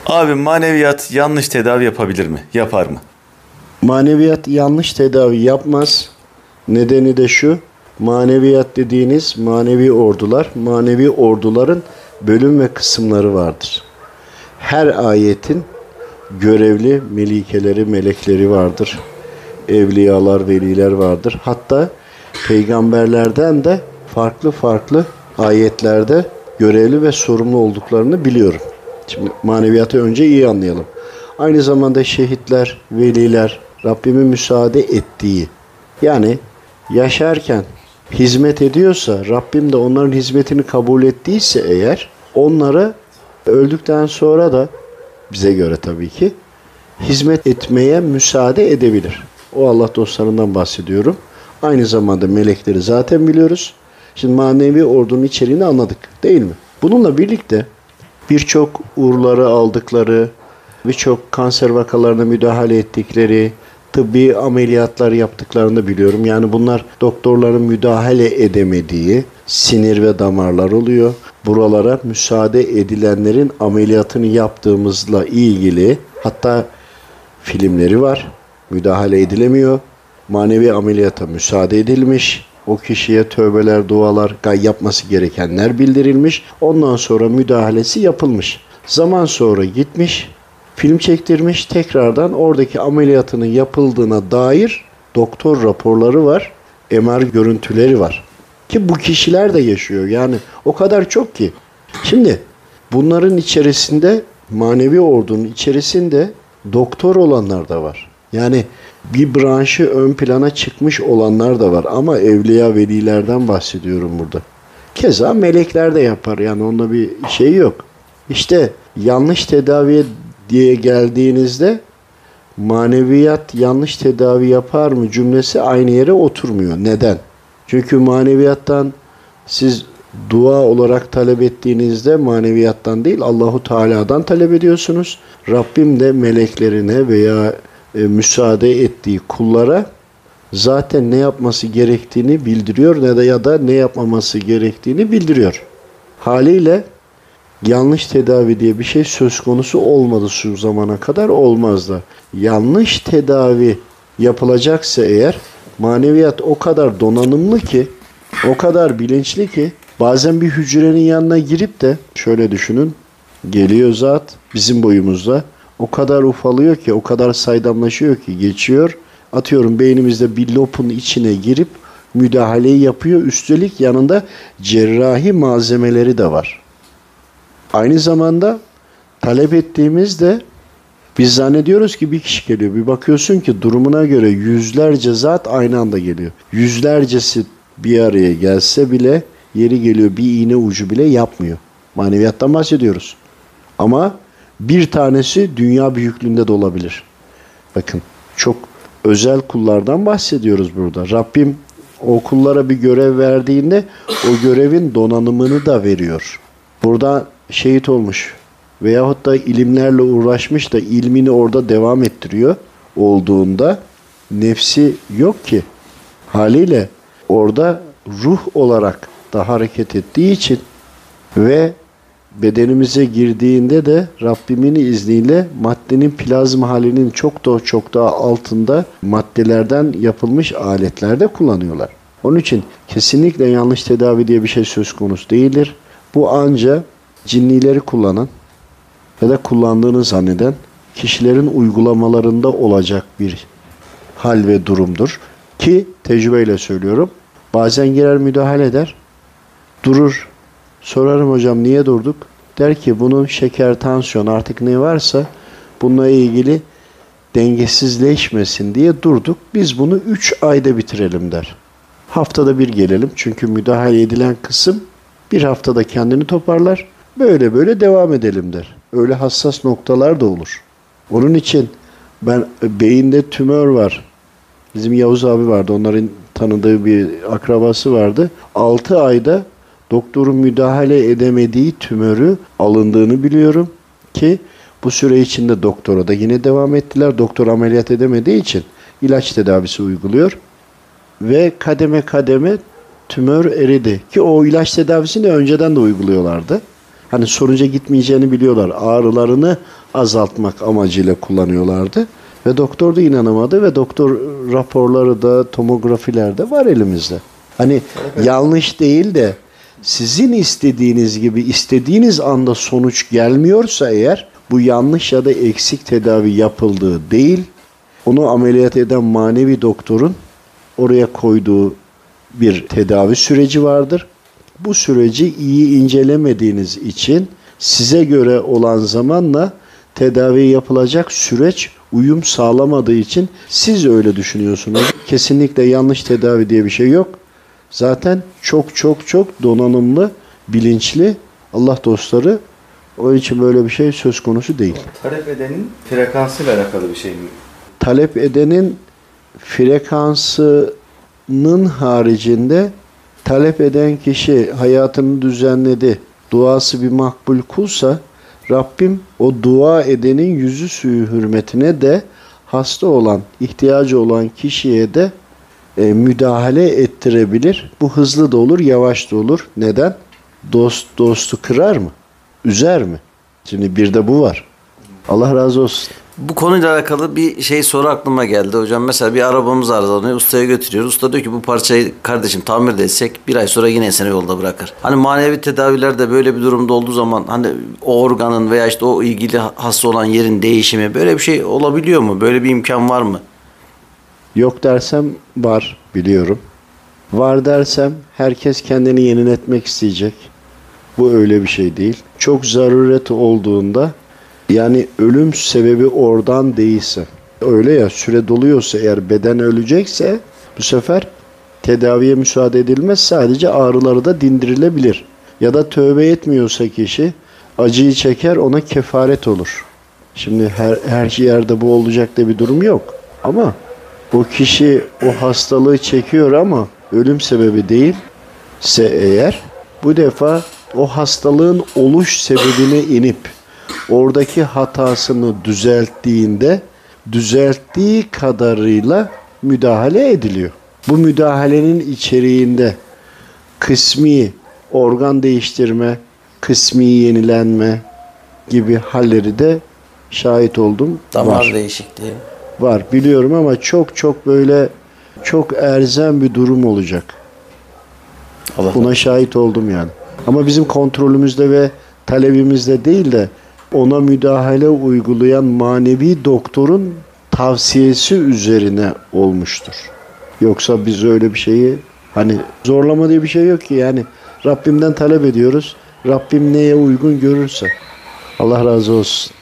Abi maneviyat yanlış tedavi yapabilir mi? Yapar mı? Maneviyat yanlış tedavi yapmaz. Nedeni de şu. Maneviyat dediğiniz manevi ordular, manevi orduların bölüm ve kısımları vardır. Her ayetin görevli melikeleri, melekleri vardır. Evliyalar, veliler vardır. Hatta peygamberlerden de farklı farklı ayetlerde görevli ve sorumlu olduklarını biliyorum. Şimdi maneviyatı önce iyi anlayalım. Aynı zamanda şehitler, veliler, Rabbimin müsaade ettiği, yani yaşarken hizmet ediyorsa, Rabbim de onların hizmetini kabul ettiyse eğer, onlara öldükten sonra da bize göre tabii ki hizmet etmeye müsaade edebilir. O Allah dostlarından bahsediyorum. Aynı zamanda melekleri zaten biliyoruz. Şimdi manevi ordunun içeriğini anladık, değil mi? Bununla birlikte birçok uğurları aldıkları, birçok kanser vakalarına müdahale ettikleri, tıbbi ameliyatlar yaptıklarını da biliyorum. Yani bunlar doktorların müdahale edemediği sinir ve damarlar oluyor. Buralara müsaade edilenlerin ameliyatını yaptığımızla ilgili hatta filmleri var. Müdahale edilemiyor. Manevi ameliyata müsaade edilmiş. O kişiye tövbeler, dualar, yapması gerekenler bildirilmiş. Ondan sonra müdahalesi yapılmış. Zaman sonra gitmiş, film çektirmiş. Tekrardan oradaki ameliyatının yapıldığına dair doktor raporları var. MR görüntüleri var. Ki bu kişiler de yaşıyor. Yani o kadar çok ki. Şimdi bunların içerisinde, manevi ordunun içerisinde doktor olanlar da var. Yani bir branşı ön plana çıkmış olanlar da var. Ama evliya velilerden bahsediyorum burada. Keza melekler de yapar. Yani onunla bir şey yok. İşte yanlış tedaviye diye geldiğinizde maneviyat yanlış tedavi yapar mı cümlesi aynı yere oturmuyor. Neden? Çünkü maneviyattan siz dua olarak talep ettiğinizde maneviyattan değil Allahu Teala'dan talep ediyorsunuz. Rabbim de meleklerine veya müsaade ettiği kullara zaten ne yapması gerektiğini bildiriyor ya da ne yapmaması gerektiğini bildiriyor. Haliyle yanlış tedavi diye bir şey söz konusu olmadı şu zamana kadar, olmaz da. Yanlış tedavi yapılacaksa eğer maneviyat o kadar donanımlı ki, o kadar bilinçli ki bazen bir hücrenin yanına girip de şöyle düşünün, geliyor zat bizim boyumuzda, o kadar ufalıyor ki, o kadar saydamlaşıyor ki geçiyor. Atıyorum beynimizde bir lobun içine girip müdahaleyi yapıyor. Üstelik yanında cerrahi malzemeleri de var. Aynı zamanda talep ettiğimizde biz zannediyoruz ki bir kişi geliyor. Bir bakıyorsun ki durumuna göre yüzlerce zat aynı anda geliyor. Yüzlercesi bir araya gelse bile yeri geliyor bir iğne ucu bile yapmıyor. Maneviyattan bahsediyoruz. Ama bir tanesi dünya büyüklüğünde de olabilir. Bakın çok özel kullardan bahsediyoruz burada. Rabbim o kullara bir görev verdiğinde o görevin donanımını da veriyor. Burada şehit olmuş veyahut da ilimlerle uğraşmış da ilmini orada devam ettiriyor olduğunda nefsi yok ki. Haliyle orada ruh olarak da hareket ettiği için ve bedenimize girdiğinde de Rabbimin izniyle maddenin plazma halinin çok daha altında maddelerden yapılmış aletlerde kullanıyorlar. Onun için kesinlikle yanlış tedavi diye bir şey söz konusu değildir. Bu anca cinnileri kullanan ya da kullandığını zanneden kişilerin uygulamalarında olacak bir hal ve durumdur. Ki tecrübeyle söylüyorum. Bazen girer müdahale eder, durur. Sorarım hocam niye durduk? Der ki bunun şeker, tansiyon artık ne varsa bununla ilgili dengesizleşmesin diye durduk. Biz bunu 3 ayda bitirelim der. Haftada bir gelelim. Çünkü müdahale edilen kısım bir haftada kendini toparlar. Böyle devam edelim der. Öyle hassas noktalar da olur. Onun için ben beyinde tümör var. Bizim Yavuz abi vardı. Onların tanıdığı bir akrabası vardı. 6 ayda doktorun müdahale edemediği tümörü alındığını biliyorum ki bu süre içinde doktora da yine devam ettiler. Doktor ameliyat edemediği için ilaç tedavisi uyguluyor ve kademe kademe tümör eridi ki o ilaç tedavisini önceden de uyguluyorlardı. Hani sonuca gitmeyeceğini biliyorlar. Ağrılarını azaltmak amacıyla kullanıyorlardı. Ve doktor da inanamadı ve doktor raporları da tomografilerde var elimizde. Hani yanlış değil de sizin istediğiniz gibi istediğiniz anda sonuç gelmiyorsa eğer bu yanlış ya da eksik tedavi yapıldığı değil, onu ameliyat eden manevi doktorun oraya koyduğu bir tedavi süreci vardır. Bu süreci iyi incelemediğiniz için size göre olan zamanla tedavi yapılacak süreç uyum sağlamadığı için siz öyle düşünüyorsunuz. Kesinlikle yanlış tedavi diye bir şey yok. Zaten çok çok çok donanımlı, bilinçli Allah dostları, onun için böyle bir şey söz konusu değil. Talep edenin frekansıyla alakalı bir şey mi? Talep edenin frekansının haricinde talep eden kişi hayatını düzenledi, duası bir makbul kulsa Rabbim o dua edenin yüzü suyu hürmetine de hasta olan, ihtiyacı olan kişiye de müdahale ettirebilir. Bu hızlı da olur, yavaş da olur. Neden? Dost dostu kırar mı? Üzer mi? Şimdi bir de bu var. Allah razı olsun. Bu konuyla alakalı bir soru aklıma geldi hocam. Mesela bir arabamız arızalanıyor, ustaya götürüyoruz. Usta diyor ki bu parçayı kardeşim tamir de etsek bir ay sonra yine seni yolda bırakır. Hani manevi tedavilerde böyle bir durumda olduğu zaman hani o organın veya işte o ilgili hasta olan yerin değişimi böyle bir şey olabiliyor mu? Böyle bir imkan var mı? Yok dersem var, biliyorum. Var dersem herkes kendini yeniletmek isteyecek. Bu öyle bir şey değil. Çok zaruret olduğunda, yani ölüm sebebi oradan değilse, öyle ya, süre doluyorsa eğer, beden ölecekse bu sefer tedaviye müsaade edilmez, sadece ağrıları da dindirilebilir. Ya da tövbe etmiyorsa kişi acıyı çeker, ona kefaret olur. Şimdi her yerde bu olacak da bir durum yok. Ama o kişi o hastalığı çekiyor ama ölüm sebebi değilse eğer, bu defa o hastalığın oluş sebebine inip oradaki hatasını düzelttiğinde düzelttiği kadarıyla müdahale ediliyor. Bu müdahalenin içeriğinde kısmi organ değiştirme, kısmi yenilenme gibi halleri de şahit oldum. Damar Var. değişikliği. Var biliyorum ama çok çok böyle çok erzem bir durum olacak. Buna şahit oldum yani. Ama bizim kontrolümüzde ve talebimizde değil de ona müdahale uygulayan manevi doktorun tavsiyesi üzerine olmuştur. Yoksa biz öyle bir şeyi, hani zorlama diye bir şey yok ki, yani Rabbimden talep ediyoruz. Rabbim neye uygun görürse. Allah razı olsun.